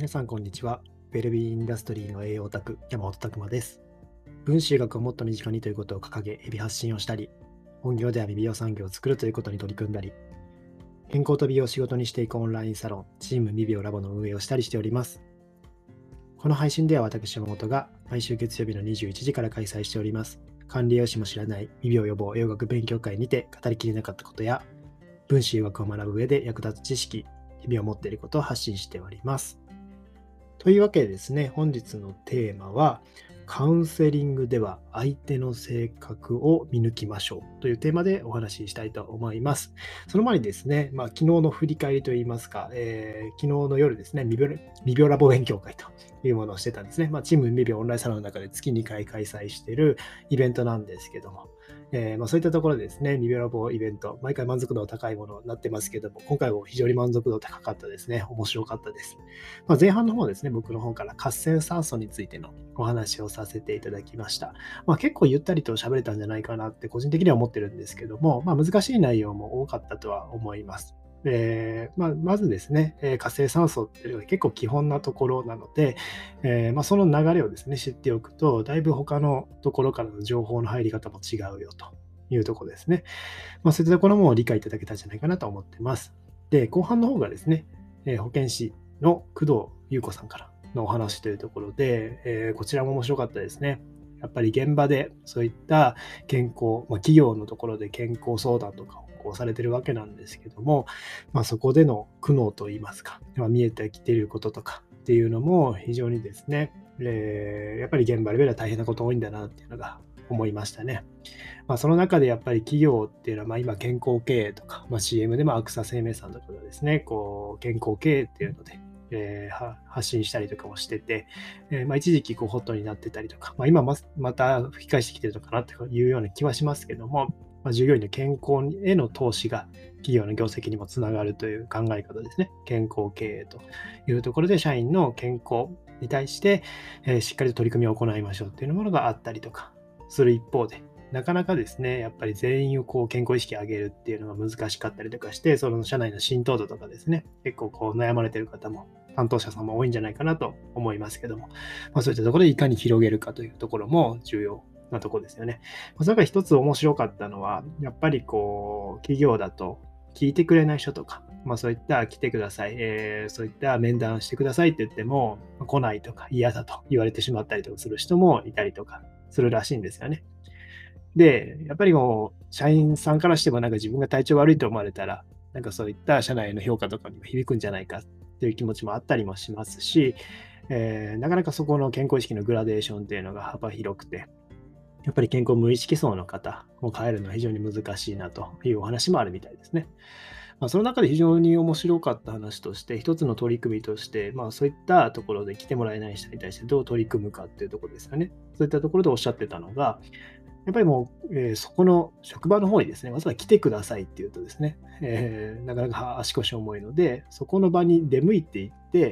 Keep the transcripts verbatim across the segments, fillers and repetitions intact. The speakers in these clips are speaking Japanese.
皆さん、こんにちは。ウェルビーインダストリーの栄養オタク、山本拓馬です。分子医学をもっと身近にということを掲げ、日々発信をしたり、本業では未美容産業を作るということに取り組んだり、健康と美容を仕事にしていくオンラインサロン、チーム未美容ラボの運営をしたりしております。この配信では私、山本が毎週月曜日のにじゅういちじから開催しております。管理栄養士も知らない未美容予防栄養学勉強会にて語りきれなかったことや、分子医学を学ぶ上で役立つ知識、日々を持っていることを発信しております。というわけでですね、本日のテーマは、カウンセリングでは相手の性格を見抜きましょうというテーマでお話ししたいと思います。その前にですね、まあ、昨日の振り返りといいますか、えー昨日の夜ですね、未病未病ラボ勉強会というものをしてたんですね。まあ、チーム未病オンラインサロンの中で月にかい開催しているイベントなんですけども、えーまあ、そういったところでですね、未病ラボイベント、毎回満足度高いものになってますけども、今回も非常に満足度高かったですね。面白かったです。まあ、前半の方ですね、僕の方から活性酸素についてのお話をさせていただきました。まあ、結構ゆったりと喋れたんじゃないかなって個人的には思ってるんですけども、まあ、難しい内容も多かったとは思います。えーまあ、まずですね、えー活性酸素っていうのが結構基本なところなので、えーまあ、その流れをですね、知っておくと、だいぶ他のところからの情報の入り方も違うよというところですね。まあ、そういったところも理解いただけたんじゃないかなと思ってます。で、後半の方がですね、えー保健師の工藤優子さんからのお話というところで、えーこちらも面白かったですね。やっぱり現場でそういった健康、まあ、企業のところで健康相談とかをこうされてるわけなんですけども、まあ、そこでの苦悩といいますか、まあ、見えてきていることとかっていうのも非常にですね、えーやっぱり現場レベルは大変なこと多いんだなっていうのが思いましたね。まあ、その中でやっぱり企業っていうのは、まあ、今健康経営とか、まあ、シーエム でもアクサ生命さんとかがですね、こう健康経営っていうので、えーは発信したりとかもしてて、えーまあ、一時期こうホットになってたりとか、まあ、今ままた吹き返してきてるのかなというような気はしますけども、まあ、従業員の健康への投資が企業の業績にもつながるという考え方ですね。健康経営というところで社員の健康に対して、えーしっかりと取り組みを行いましょうっていうものがあったりとかする一方で、なかなかですね、やっぱり全員をこう健康意識を上げるっていうのが難しかったりとかして、その社内の浸透度とかですね、結構こう悩まれてる方も、担当者さんも多いんじゃないかなと思いますけども、まあ、そういったところでいかに広げるかというところも重要なところですよね。まあ、それから一つ面白かったのは、やっぱりこう、企業だと聞いてくれない人とか、まあ、そういった来てください、えーそういった面談してくださいって言っても、来ないとか嫌だと言われてしまったりとかする人もいたりとかするらしいんですよね。で、やっぱりもう、社員さんからしてもなんか自分が体調悪いと思われたら、なんかそういった社内の評価とかにも響くんじゃないかっていう気持ちもあったりもしますし、えーなかなかそこの健康意識のグラデーションっていうのが幅広くて、やっぱり健康無意識層の方を変えるのは非常に難しいなというお話もあるみたいですね。まあ、その中で非常に面白かった話として、一つの取り組みとして、まあ、そういったところで来てもらえない人に対してどう取り組むかっていうところですよね。そういったところでおっしゃってたのが、やっぱりもう、えーそこの職場の方にですね、まずは来てくださいっていうとですね、えーなかなか足腰重いので、そこの場に出向いていって、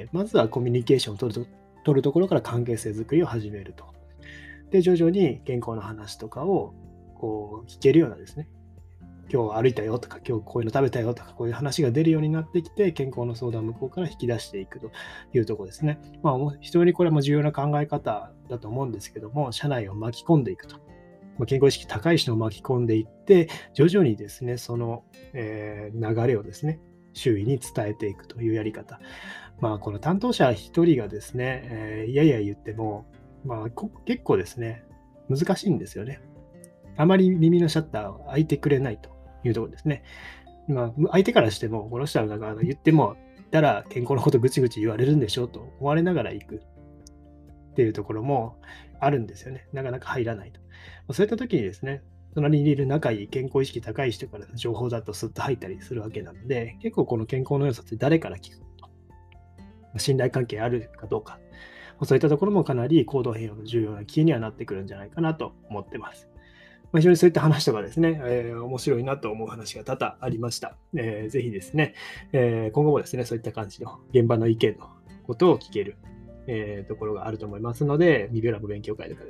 まずはコミュニケーションを取ると取るところから関係性づくりを始めると。で、徐々に健康の話とかをこう聞けるようなですね、今日歩いたよとか、今日こういうの食べたよとか、こういう話が出るようになってきて、健康の相談を向こうから引き出していくというところですね。まあ、非常にこれも重要な考え方だと思うんですけども、社内を巻き込んでいくと。まあ健康意識高い人を巻き込んでいって、徐々にですね、その、えー流れをですね、周囲に伝えていくというやり方。まあ、この担当者一人がですね、えーいやいや言っても、まあ、こ結構ですね、難しいんですよね。あまり耳のシャッターを開いてくれないというところですね。まあ、相手からしても、この人はなんかあの言っても、言ったら健康のことぐちぐち言われるんでしょうと思われながら行くっていうところもあるんですよね。なかなか入らないと。まそういった時にですね、隣にいる仲いい健康意識高い人からの情報だとスッと入ったりするわけなので、結構この健康の良さって誰から聞くと、信頼関係あるかどうか、そういったところもかなり行動変容の重要なキーにはなってくるんじゃないかなと思ってます。まあ、非常にそういった話とかですね、えー面白いなと思う話が多々ありました。えーぜひですね、えー今後もですね、そういった感じの現場の意見のことを聞ける、えーところがあると思いますので、リベラム勉強会とかですね、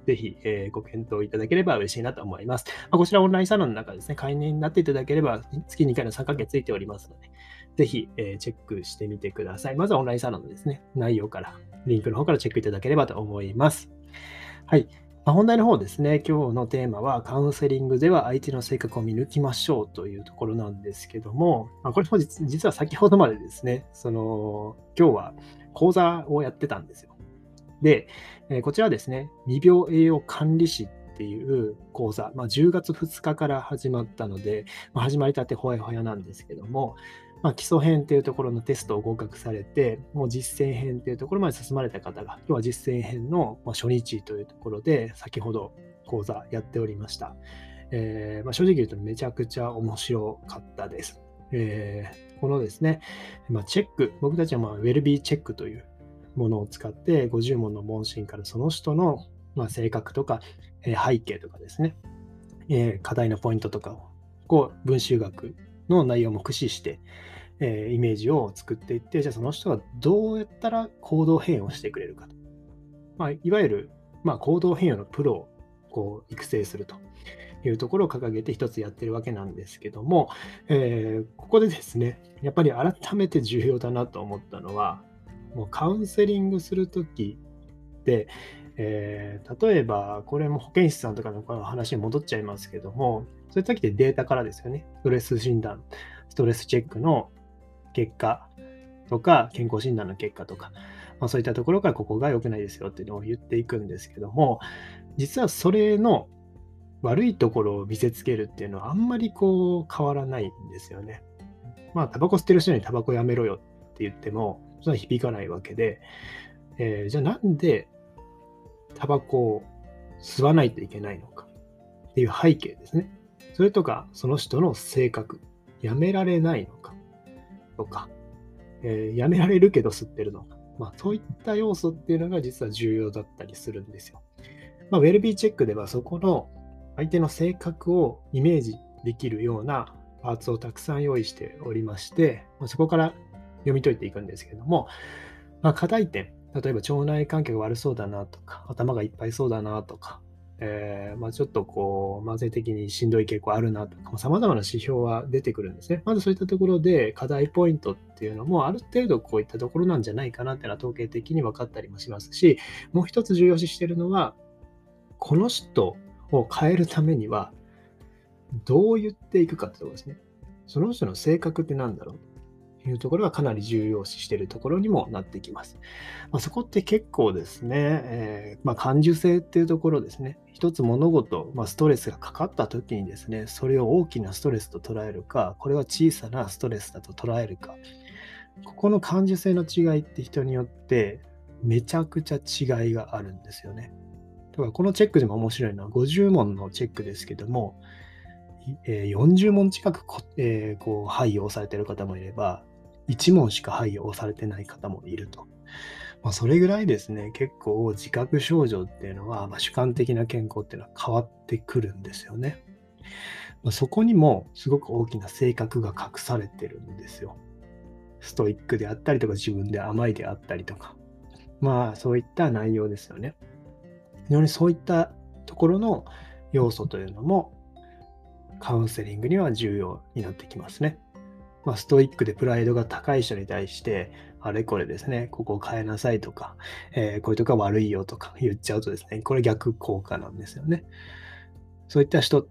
ぜひ、えーご検討いただければ嬉しいなと思います。まあ、こちらオンラインサロンの中ですね、会員になっていただければ、月にかいの参加券ついておりますので、ぜひ、えーチェックしてみてください。まずはオンラインサロンのですね、内容から、リンクの方からチェックいただければと思います。はい。まあ、本題の方ですね、今日のテーマは、カウンセリングでは相手の性格を見抜きましょうというところなんですけども、まあ、これも実実は先ほどまでですね、その、今日は講座をやってたんですよ。で、えーこちらはですね、未病栄養管理士っていう講座、まあ、じゅうがつふつかかから始まったので、まあ、始まりたてほやほやなんですけども、まあ、基礎編っていうところのテストを合格されて、もう実践編っていうところまで進まれた方が、今日は実践編のまあ初日というところで、先ほど講座やっておりました。えーまあ、正直言うとめちゃくちゃ面白かったです。えーこのですね、まあ、チェック、僕たちはまあウェルビーチェックというものを使って、ごじゅう問の問診からその人のまあ性格とか、えー背景とかですね、えー課題のポイントとかを、こう文集学の内容も駆使して、えーイメージを作っていって、じゃあその人がどうやったら行動変容してくれるかと。まあ、いわゆる、まあ、行動変容のプロをこう育成するというところを掲げて一つやってるわけなんですけども、えーここでですね、やっぱり改めて重要だなと思ったのは、もうカウンセリングするときって、えー例えば、これも保健師さんとかの話に戻っちゃいますけども、そういう時ってデータからですよね。ストレス診断、ストレスチェックの結果とか、健康診断の結果とか、まあ、そういったところからここが良くないですよっていうのを言っていくんですけども、実はそれの悪いところを見せつけるっていうのはあんまりこう変わらないんですよね。まあ、タバコ吸ってる人にタバコやめろよって言っても、それは響かないわけで、えーじゃあなんでタバコを吸わないといけないのかっていう背景ですね。それとか、その人の性格、やめられないのかとか、えーやめられるけど吸ってるのか。まあ、そういった要素っていうのが実は重要だったりするんですよ。まあ、ウェルビーチェックではそこの相手の性格をイメージできるようなパーツをたくさん用意しておりまして、まあ、そこから読み解いていくんですけれども、まあ、課題点、例えば腸内環境が悪そうだなとか、頭がいっぱいそうだなとか、えーまあ、ちょっとこう、慢性的にしんどい傾向あるなとか、様々な指標は出てくるんですね。まずそういったところで課題ポイントっていうのも、ある程度こういったところなんじゃないかなっていうのは統計的に分かったりもしますし、もう一つ重要視しているのは、この人を変えるためには、どう言っていくかってところですね。その人の性格って何だろうというところがかなり重要視しているところにもなってきます。まあ、そこって結構ですね、えーまあ、感受性っていうところですね。一つ物事、まあ、ストレスがかかった時にですね、それを大きなストレスと捉えるか、これは小さなストレスだと捉えるか。ここの感受性の違いって人によってめちゃくちゃ違いがあるんですよね。だからこのチェックでも面白いのはごじゅう問のチェックですけども、えーよんじゅう問近くこ、えーこう配をされている方もいれば、いち問しか配をされてない方もいると。まあ、それぐらいですね、結構自覚症状っていうのは、まあ、主観的な健康っていうのは変わってくるんですよね。まあ、そこにもすごく大きな性格が隠されてるんですよ。ストイックであったりとか、自分で甘いであったりとか。まあ、そういった内容ですよね。非常にそういったところの要素というのも、カウンセリングには重要になってきますね。まあ、ストイックでプライドが高い人に対して、あれこれですね、ここを変えなさいとか、えーこういうとこが悪いよとか言っちゃうとですね、これ逆効果なんですよね。そういった人って、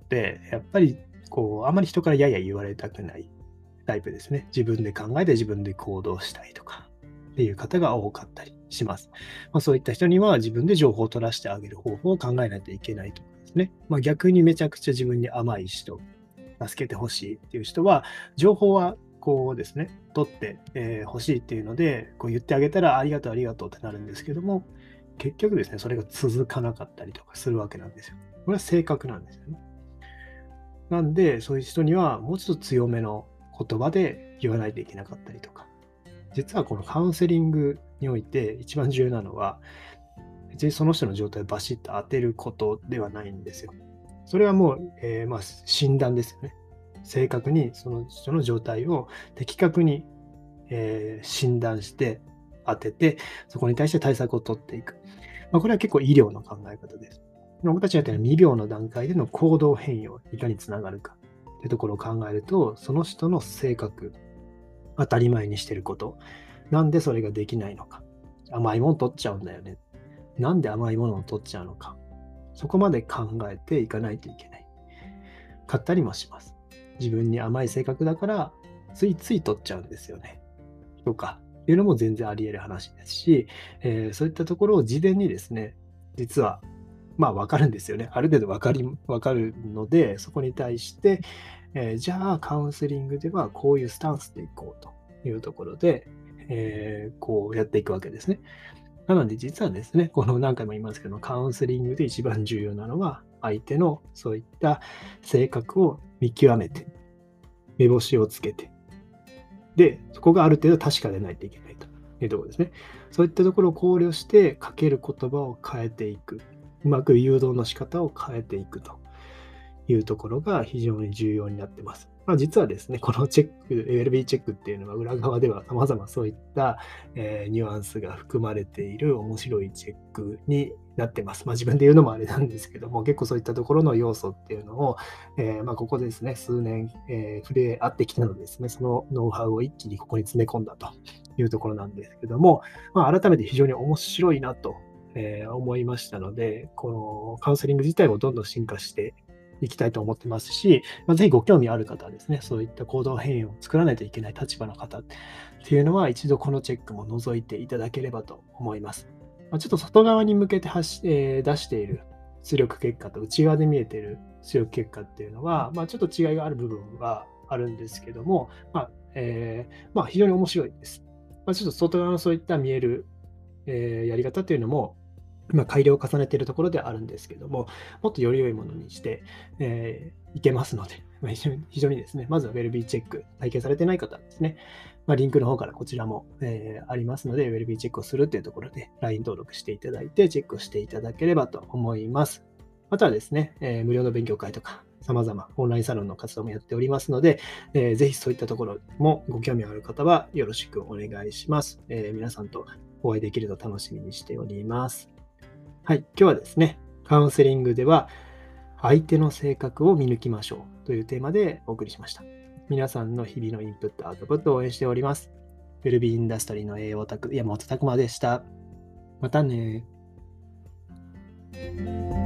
やっぱり、こう、あまり人からやや言われたくないタイプですね。自分で考えて自分で行動したいとかっていう方が多かったりします。まあ、そういった人には自分で情報を取らせてあげる方法を考えないといけないとかですね。まあ、逆にめちゃくちゃ自分に甘い人、助けてほしいっていう人は、情報はこうですね、取ってほ、えー欲しいっていうので、こう言ってあげたらありがとうありがとうってなるんですけども、結局ですね、それが続かなかったりとかするわけなんですよ。これは性格なんですよね。なんで、そういう人にはもうちょっと強めの言葉で言わないといけなかったりとか。実はこのカウンセリングにおいて一番重要なのは、別にその人の状態をバシッと当てることではないんですよ。それはもう、えーまあ、診断ですよね。正確にその人の状態を的確に、えー診断して当てて、そこに対して対策を取っていく。まあ、これは結構医療の考え方です。 僕たちがやってる未病の段階での行動変容、いかにつながるかというところを考えると、その人の性格、当たり前にしてること、なんでそれができないのか、甘いもの取っちゃうんだよね。なんで甘いものを取っちゃうのか、そこまで考えていかないといけない。買ったりもします。自分に甘い性格だから、ついつい取っちゃうんですよね。とか、いうのも全然あり得る話ですし、えーそういったところを事前にですね、実は、まあ分かるんですよね。ある程度分かり、分かるので、そこに対して、えーじゃあカウンセリングではこういうスタンスでいこうというところで、えーこうやっていくわけですね。なので実はですね、この何回も言いますけど、カウンセリングで一番重要なのは、相手のそういった性格を見極めて、目星をつけて、で、そこがある程度確かでないといけないというところですね。そういったところを考慮して、かける言葉を変えていく。うまく誘導の仕方を変えていくというところが非常に重要になってます。まあ、実はですね、このチェック、エルビー チェックっていうのは裏側では様々そういった、えーニュアンスが含まれている面白いチェックになってます。まあ、自分で言うのもあれなんですけども、結構そういったところの要素っていうのを、えーまあ、ここでですね、数年、えー触れ合ってきたのでですね、そのノウハウを一気にここに詰め込んだというところなんですけども、まあ、改めて非常に面白いなと、えー思いましたので、このカウンセリング自体もどんどん進化していきたいと思ってますし、まあ、ぜひご興味ある方はですね、そういった行動変容を作らないといけない立場の方っていうのは、一度このチェックも覗いていただければと思います。まあ、ちょっと外側に向けて発し、えー出している出力結果と内側で見えている出力結果っていうのは、まあ、ちょっと違いがある部分はあるんですけども、まあえーまあ、非常に面白いです。まあ、ちょっと外側のそういった見える、えーやり方っていうのも、まあ、改良を重ねているところではあるんですけども、もっとより良いものにして、えーいけますので、まあ、非常に非常にですね、まずはウェルビーチェック、体験されてない方はですね、まあ、リンクの方からこちらも、えーありますので、ウェルビーチェックをするというところで、ライン 登録していただいて、チェックをしていただければと思います。またはですね、えー無料の勉強会とか、様々オンラインサロンの活動もやっておりますので、えーぜひそういったところもご興味ある方はよろしくお願いします。えー皆さんとお会いできると楽しみにしております。はい、今日はですね、カウンセリングでは相手の性格を見抜きましょうというテーマでお送りしました。皆さんの日々のインプット、アウトプットを応援しております。ウェルビーインダストリーの栄養オタク、山本拓馬でした。またね。